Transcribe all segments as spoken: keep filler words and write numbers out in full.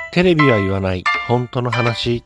テレビは言わない本当の話。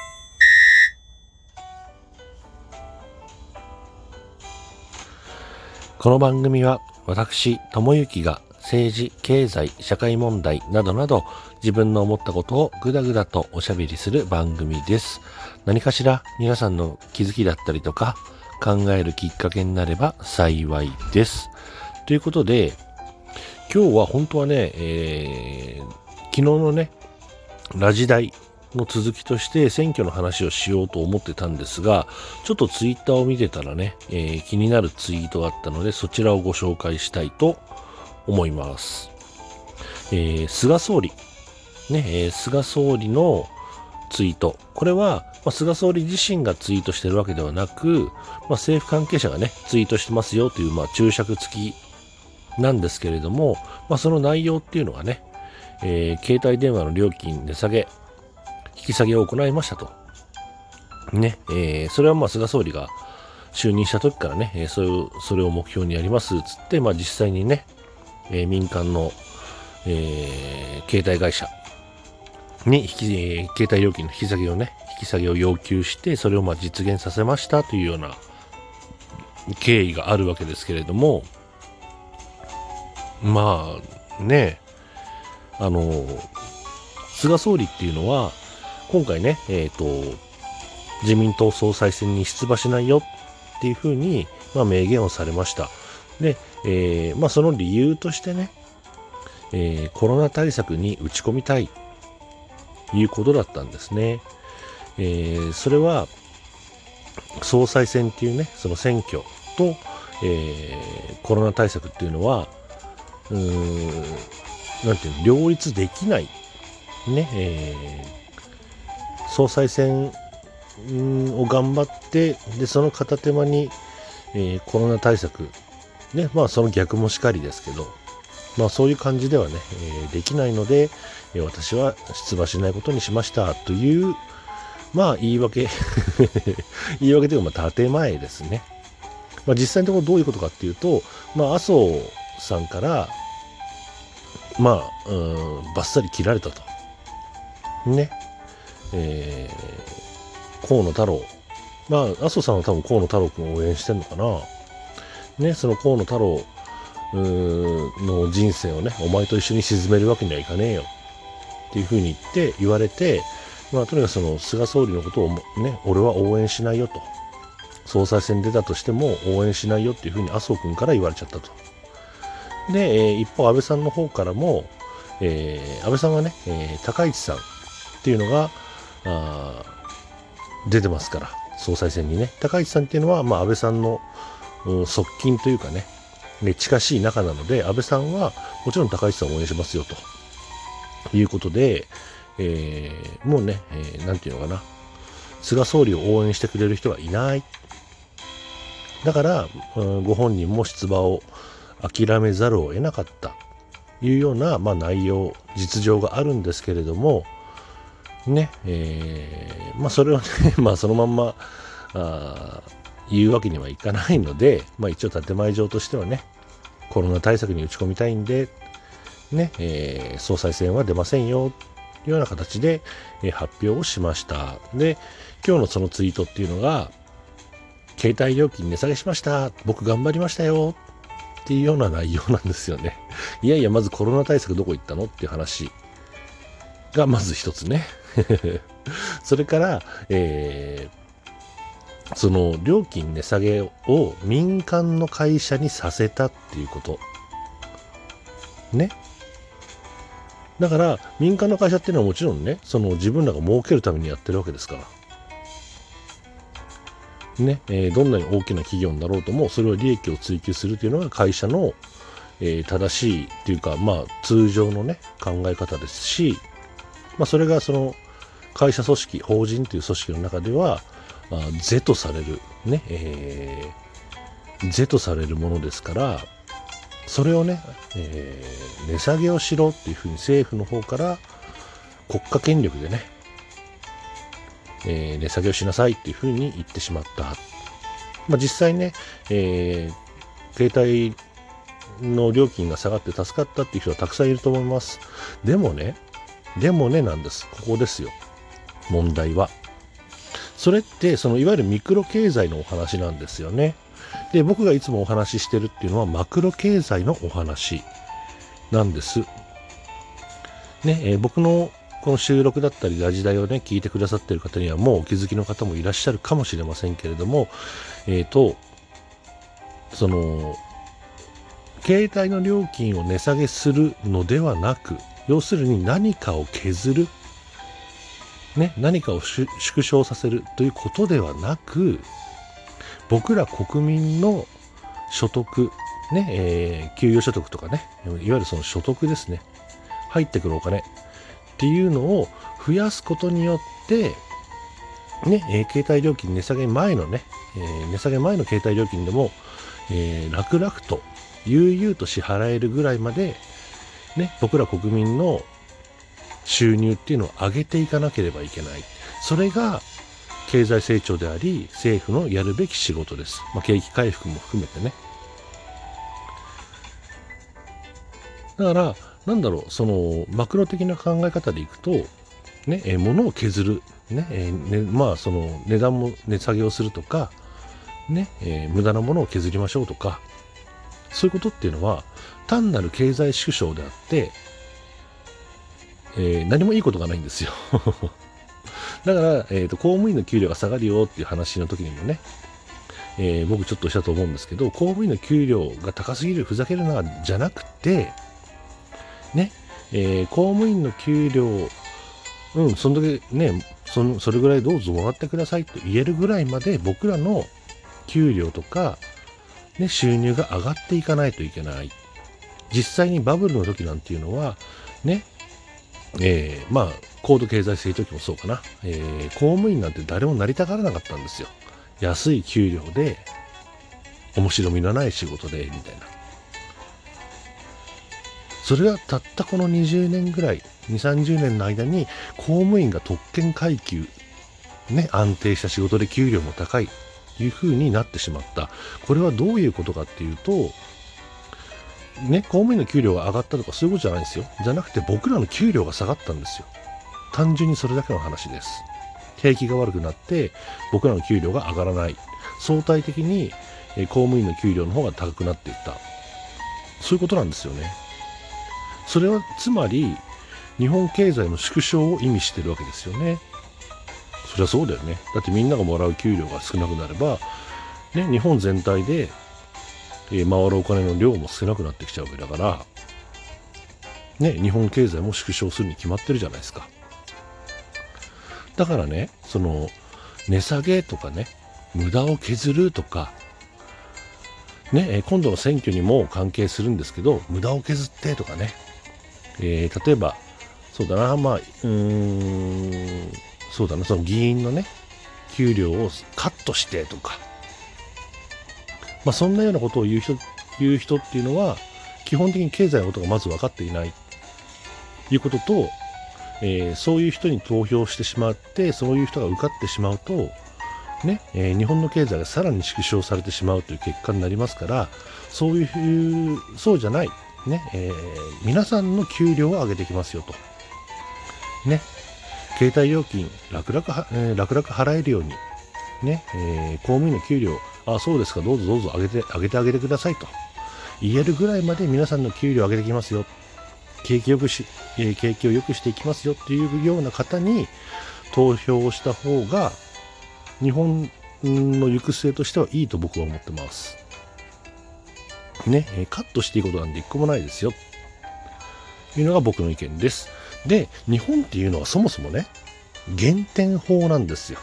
この番組は私智之が政治、経済、社会問題などなど自分の思ったことをぐだぐだとおしゃべりする番組です。何かしら皆さんの気づきだったりとか考えるきっかけになれば幸いです。ということで今日は本当はね、えー、昨日のねラジ大の続きとして選挙の話をしようと思ってたんですが、ちょっとツイッターを見てたらね、えー、気になるツイートがあったのでそちらをご紹介したいと思います。えー、菅総理ね、えー、菅総理のツイート、これは、まあ、菅総理自身がツイートしてるわけではなく、まあ、政府関係者がねツイートしてますよという、まあ、注釈付きなんですけれども、まあ、その内容っていうのがね、えー、携帯電話の料金値下げ引き下げを行いましたとね、えー、それはまあ菅総理が就任した時からね、えー、それをそれを目標にやりますつって、まあ、実際にね、えー、民間の、えー、携帯会社に引き、えー、携帯料金の引き下げをね引き下げを要求してそれをまあ実現させましたというような経緯があるわけですけれども、まあねあの菅総理っていうのは今回ね、えーと、自民党総裁選に出馬しないよっていうふうに、まあ、明言をされました。で、えーまあ、その理由としてね、えー、コロナ対策に打ち込みたいということだったんですね。えー、それは総裁選っていうね、その選挙と、えー、コロナ対策っていうのは、うーん、なんていうの、両立できないね、えー総裁選を頑張ってでその片手間に、えー、コロナ対策ね、まあその逆もしかりですけど、まあそういう感じではね、えー、できないので、えー、私は出馬しないことにしましたというまあ言い訳言い訳というかまあ建前ですね。まあ実際のところどういうことかっていうと、まあ麻生さんからまあうんバッサリ切られたとね。えー、河野太郎、まあ麻生さんは多分河野太郎君を応援してんのかなね。その河野太郎の人生をねお前と一緒に沈めるわけにはいかねえよっていうふうに言って言われて、まあとにかくその菅総理のことをね俺は応援しないよと、総裁選出たとしても応援しないよっていうふうに麻生君から言われちゃったと。で、えー、一方安倍さんの方からも、えー、安倍さんはね、えー、高市さんっていうのがあ出てますから総裁選にね。高市さんっていうのは、まあ、安倍さんの、うん、側近というかね近しい仲なので安倍さんはもちろん高市さんを応援しますよということで、えー、もうね、えー、なんていうのかな菅総理を応援してくれる人がいない。だから、うん、ご本人も出馬を諦めざるを得なかったというような、まあ、内容実情があるんですけれどもね、えー、まあそれをねまあそのまんまあ言うわけにはいかないので、まあ一応建前上としてはねコロナ対策に打ち込みたいんでね、えー、総裁選は出ませんよというような形で、えー、発表をしました。で今日のそのツイートっていうのが携帯料金値下げしました僕頑張りましたよっていうような内容なんですよね。いやいやまずコロナ対策どこ行ったのっていう話がまず一つねそれから、えー、その料金値下げを民間の会社にさせたっていうことね。だから民間の会社っていうのはもちろんねその自分らが儲けるためにやってるわけですからね、えー、どんなに大きな企業になろうともそれは利益を追求するというのが会社の、えー、正しいっていうかまあ通常のね考え方ですし、まあ、それがその会社組織法人という組織の中では是とされるね、えー、是とされるものですからそれをね、えー、値下げをしろっていうふうに政府の方から国家権力でね、えー、値下げをしなさいっていうふうに言ってしまった。まあ、実際ね、えー、携帯の料金が下がって助かったっていう人はたくさんいると思います。でもねでもねなんです。ここですよ。問題は。それってそのいわゆるミクロ経済のお話なんですよね。で、僕がいつもお話ししてるっていうのはマクロ経済のお話なんです。ね、えー、僕のこの収録だったりラジダイをね聞いてくださっている方にはもうお気づきの方もいらっしゃるかもしれませんけれども、えっとその携帯の料金を値下げするのではなく、要するに何かを削る、ね、何かを縮小させるということではなく、僕ら国民の所得、ね、えー、給与所得とかね、いわゆるその所得ですね、入ってくるお金っていうのを増やすことによって、ね、えー、携帯料金値下げ前のね、えー、値下げ前の携帯料金でも、えー、楽々と悠々と支払えるぐらいまで、ね、僕ら国民の収入っていうのを上げていかなければいけない。それが経済成長であり、政府のやるべき仕事です。まあ、景気回復も含めてね。だから、なんだろう、そのマクロ的な考え方でいくと、ね、えー、物を削る、ね、えー、ね、まあその値段も値下げをするとか、ね、えー、無駄なものを削りましょうとか、そういうことっていうのは単なる経済縮小であって、えー、何もいいことがないんですよ。だから、えーと、公務員の給料が下がるよっていう話の時にもね、えー、僕ちょっとしたと思うんですけど、公務員の給料が高すぎる、ふざけるなじゃなくて、ね、えー、公務員の給料、うん、その時ね、その、それぐらいどうぞもらってくださいと言えるぐらいまで僕らの給料とか、ね、収入が上がっていかないといけない。実際にバブルの時なんていうのは、ね、えー、まあ、高度経済成長期もそうかな、えー、公務員なんて誰もなりたがらなかったんですよ。安い給料で、面白みのない仕事で、みたいな。それがたったこのにじゅうねんぐらい、に、さんじゅうねんの間に、公務員が特権階級、ね、安定した仕事で給料も高い、いう風になってしまった。これはどういうことかっていうと、ね、公務員の給料が上がったとかそういうことじゃないんですよ。じゃなくて僕らの給料が下がったんですよ。単純にそれだけの話です。景気が悪くなって僕らの給料が上がらない。相対的に公務員の給料の方が高くなっていった。そういうことなんですよね。それはつまり日本経済の縮小を意味しているわけですよね。そりゃそうだよね。だってみんながもらう給料が少なくなれば、ね、日本全体で回るお金の量も少なくなってきちゃうわけだから、ね、日本経済も縮小するに決まってるじゃないですか。だからね、その値下げとかね、無駄を削るとか、ね、今度の選挙にも関係するんですけど、無駄を削ってとかね、えー、例えば、そうだな、まあ、うーん、そうだな、その議員のね、給料をカットしてとか、まあ、そんなようなことを言う人、言う人っていうのは、基本的に経済のことがまず分かっていないということと、えー、そういう人に投票してしまって、そういう人が受かってしまうと、ね、えー、日本の経済がさらに縮小されてしまうという結果になりますから、そういう、そうじゃない、ね、えー、皆さんの給料を上げてきますよと。ね、携帯料金、楽々は、えー、楽々払えるように、ね、えー、公務員の給料、あ、そうですか、どうぞどうぞ上げて、上げてあげてくださいと言えるぐらいまで皆さんの給料を上げてきますよ。景気よくし、えー、景気を良くしていきますよっていうような方に投票をした方が、日本の行く末としてはいいと僕は思ってます。ね、えー、カットしていいことなんて一個もないですよ。というのが僕の意見です。で、日本っていうのはそもそもね、減点法なんですよ。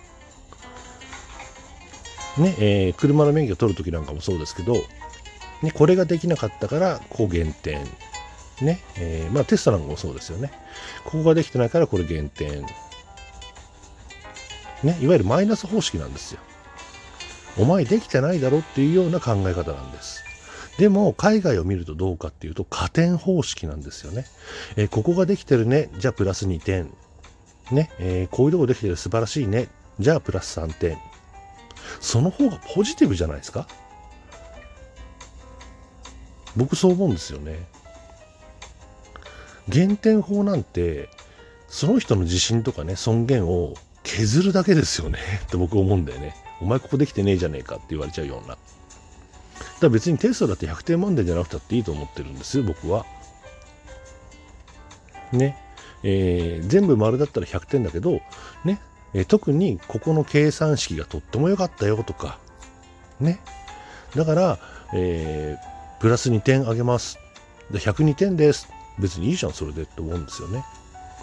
ね、えー、車の免許を取るときなんかもそうですけど、ね、これができなかったからこう減点、ね、えー、まあテストなんかもそうですよね。ここができてないからこれ減点、ね、いわゆるマイナス方式なんですよ。お前できてないだろっていうような考え方なんです。でも海外を見るとどうかっていうと加点方式なんですよね。えー、ここができてるね、じゃあプラスにてん、ね、えー、こういうとこできてる素晴らしいね、じゃあプラスさんてん。その方がポジティブじゃないですか。僕そう思うんですよね。減点法なんてその人の自信とかね、尊厳を削るだけですよねって僕思うんだよね。お前ここできてねえじゃねえかって言われちゃうような。だから別にテストだってひゃくてん満点じゃなくたっていいと思ってるんですよ、僕は。ね。えー、全部丸だったらひゃくてんだけど、ね。えー、特にここの計算式がとっても良かったよとか、ね。だから、えー、プラスにてんあげます。で、ひゃくにてんです。別にいいじゃん、それでって思うんですよね。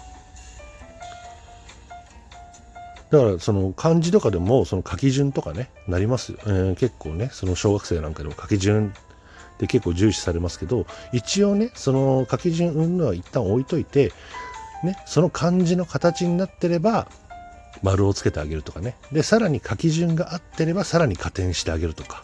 だからその漢字とかでもその書き順とかねなりますよ、えー、結構ねその小学生なんかでも書き順って結構重視されますけど、一応ねその書き順云々は一旦置いといてね、その漢字の形になってれば丸をつけてあげるとかね、でさらに書き順が合ってればさらに加点してあげるとか、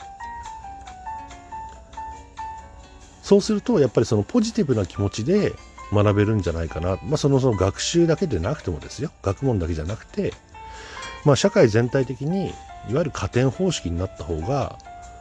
そうするとやっぱりそのポジティブな気持ちで学べるんじゃないかな。まあそのその学習だけでなくてもですよ、学問だけじゃなくて、まあ社会全体的にいわゆる加点方式になった方が、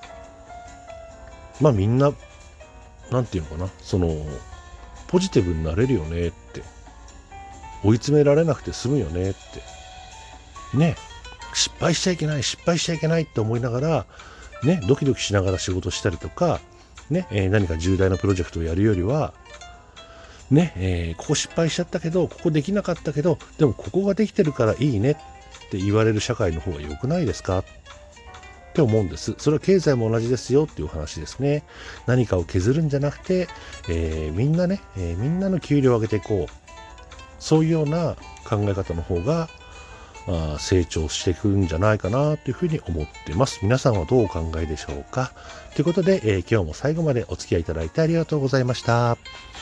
まあみんななんていうのかな、そのポジティブになれるよねって、追い詰められなくて済むよねってね、失敗しちゃいけない失敗しちゃいけないって思いながらね、ドキドキしながら仕事したりとかね、えー、何か重大なプロジェクトをやるよりはね、えー、ここ失敗しちゃったけどここできなかったけどでもここができてるからいいねって言われる社会の方が良くないですかって思うんです。それは経済も同じですよっていう話ですね。何かを削るんじゃなくて、えー、みんなね、えー、みんなの給料を上げていこう、そういうような考え方の方があ成長していくんじゃないかなというふうに思っています。皆さんはどうお考えでしょうかということで、えー、今日も最後までお付き合いいただいてありがとうございました。